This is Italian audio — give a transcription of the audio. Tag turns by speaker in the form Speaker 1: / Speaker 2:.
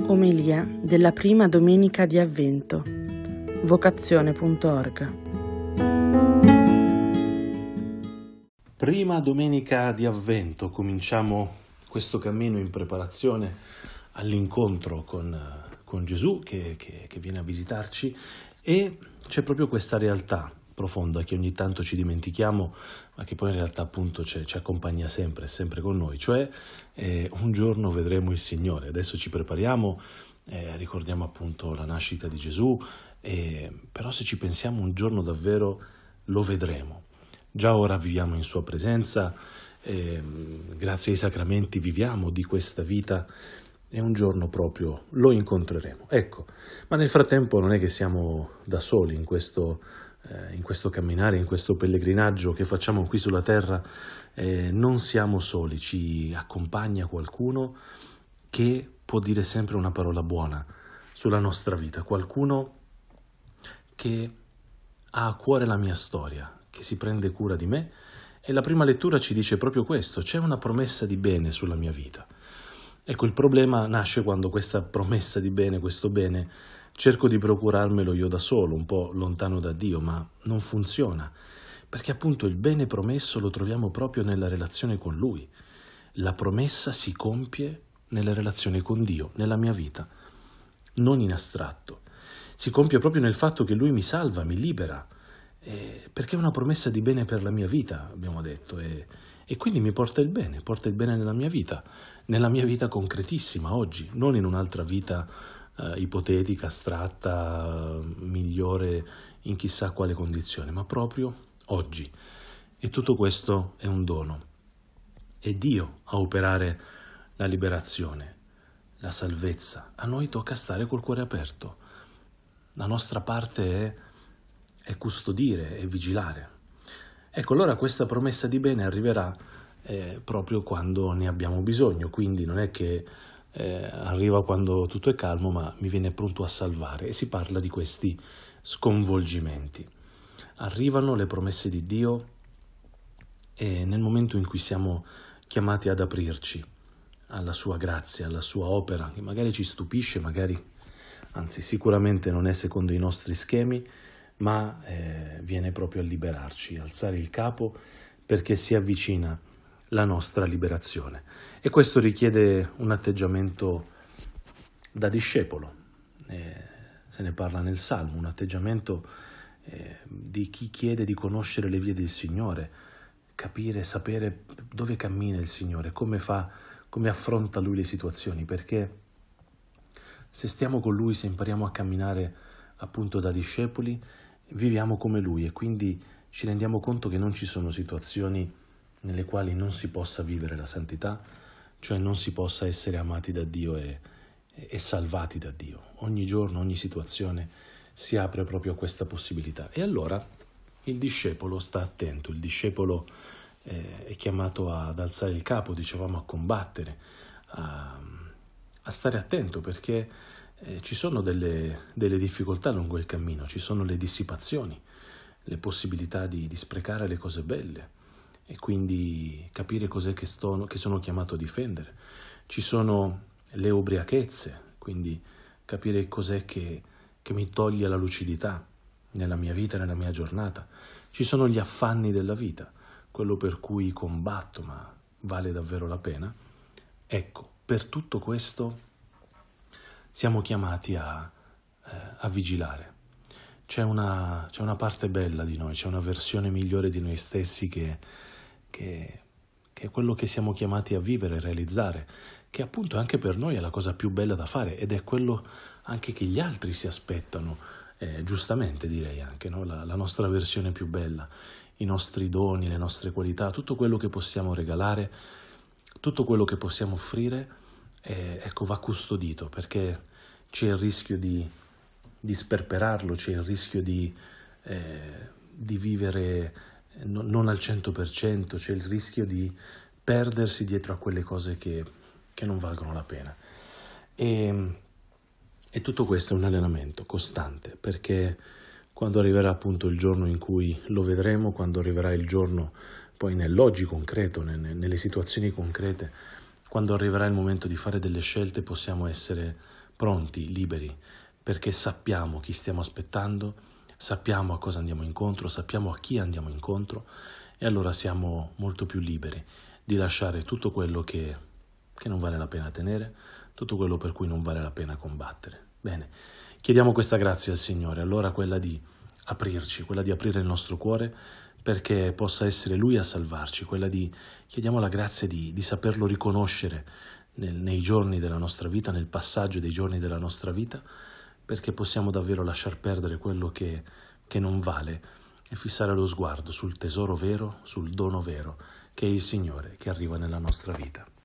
Speaker 1: Omelia della prima domenica di Avvento, vocazione.org.
Speaker 2: Prima domenica di Avvento, cominciamo questo cammino in preparazione all'incontro con Gesù che viene a visitarci, e c'è proprio questa realtà profonda che ogni tanto ci dimentichiamo, ma che poi in realtà appunto ci accompagna sempre, è sempre con noi, cioè un giorno vedremo il Signore. Adesso ci prepariamo, ricordiamo appunto la nascita di Gesù, però se ci pensiamo un giorno davvero lo vedremo. Già ora viviamo in Sua presenza, grazie ai sacramenti viviamo di questa vita e un giorno proprio lo incontreremo. Ecco, ma nel frattempo non è che siamo da soli in questo camminare, in questo pellegrinaggio che facciamo qui sulla terra, non siamo soli, ci accompagna qualcuno che può dire sempre una parola buona sulla nostra vita, qualcuno che ha a cuore la mia storia, che si prende cura di me, e la prima lettura ci dice proprio questo: c'è una promessa di bene sulla mia vita. Ecco, il problema nasce quando questa promessa di bene, questo bene, cerco di procurarmelo io da solo, un po' lontano da Dio, ma non funziona, perché appunto il bene promesso lo troviamo proprio nella relazione con Lui. La promessa si compie nella relazione con Dio, nella mia vita, non in astratto. Si compie proprio nel fatto che Lui mi salva, mi libera, perché è una promessa di bene per la mia vita, abbiamo detto, e quindi mi porta il bene nella mia vita concretissima oggi, non in un'altra vita ipotetica, astratta, migliore in chissà quale condizione, ma proprio oggi. E tutto questo è un dono. È Dio a operare la liberazione, la salvezza. A noi tocca stare col cuore aperto. La nostra parte è custodire, è vigilare. Ecco, allora questa promessa di bene arriverà proprio quando ne abbiamo bisogno, quindi non è che arriva quando tutto è calmo, ma mi viene pronto a salvare, e si parla di questi sconvolgimenti. Arrivano le promesse di Dio nel momento in cui siamo chiamati ad aprirci alla sua grazia, alla sua opera, che magari ci stupisce, anzi sicuramente non è secondo i nostri schemi, ma viene proprio a liberarci, alzare il capo, perché si avvicina la nostra liberazione. E questo richiede un atteggiamento da discepolo, se ne parla nel Salmo, un atteggiamento di chi chiede di conoscere le vie del Signore, capire, sapere dove cammina il Signore, come affronta Lui le situazioni, perché se stiamo con Lui, se impariamo a camminare appunto da discepoli, viviamo come Lui, e quindi ci rendiamo conto che non ci sono situazioni nelle quali non si possa vivere la santità, cioè non si possa essere amati da Dio e salvati da Dio. Ogni giorno, ogni situazione si apre proprio a questa possibilità. E allora il discepolo sta attento, il discepolo è chiamato ad alzare il capo, dicevamo, a combattere, a stare attento, perché ci sono delle difficoltà lungo il cammino, ci sono le dissipazioni, le possibilità di sprecare le cose belle, e quindi capire cos'è che sono chiamato a difendere. Ci sono le ubriachezze, quindi capire cos'è che mi toglie la lucidità nella mia vita, nella mia giornata. Ci sono gli affanni della vita, quello per cui combatto, ma vale davvero la pena. Ecco, per tutto questo siamo chiamati a vigilare. C'è una parte bella di noi, c'è una versione migliore di noi stessi che è quello che siamo chiamati a vivere e realizzare, che appunto anche per noi è la cosa più bella da fare, ed è quello anche che gli altri si aspettano, giustamente direi anche, no? La nostra versione più bella, i nostri doni, le nostre qualità, tutto quello che possiamo regalare, tutto quello che possiamo offrire, ecco, va custodito, perché c'è il rischio di sperperarlo, c'è il rischio di vivere non al 100%, c'è il rischio di perdersi dietro a quelle cose che non valgono la pena. E tutto questo è un allenamento costante, perché quando arriverà appunto il giorno in cui lo vedremo, quando arriverà il giorno poi nell'oggi concreto, nelle situazioni concrete, quando arriverà il momento di fare delle scelte, possiamo essere pronti, liberi, perché sappiamo chi stiamo aspettando, sappiamo a cosa andiamo incontro, sappiamo a chi andiamo incontro, e allora siamo molto più liberi di lasciare tutto quello che non vale la pena tenere, tutto quello per cui non vale la pena combattere. Bene, chiediamo questa grazia al Signore, allora quella di aprirci, quella di aprire il nostro cuore perché possa essere Lui a salvarci, chiediamo la grazia di saperlo riconoscere nei giorni della nostra vita, nel passaggio dei giorni della nostra vita, perché possiamo davvero lasciar perdere quello che non vale e fissare lo sguardo sul tesoro vero, sul dono vero, che è il Signore che arriva nella nostra vita.